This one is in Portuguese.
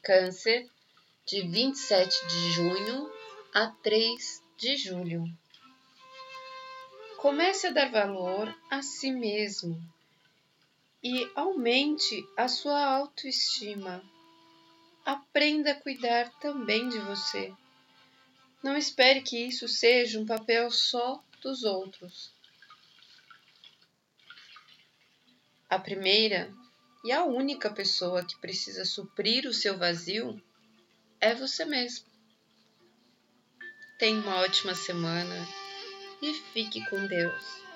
Câncer, de 27 de junho a 3 de julho. Comece a dar valor a si mesmo e aumente a sua autoestima. Aprenda a cuidar também de você. Não espere que isso seja um papel só dos outros. A primeira e a única pessoa que precisa suprir o seu vazio é você mesmo. Tenha uma ótima semana e fique com Deus.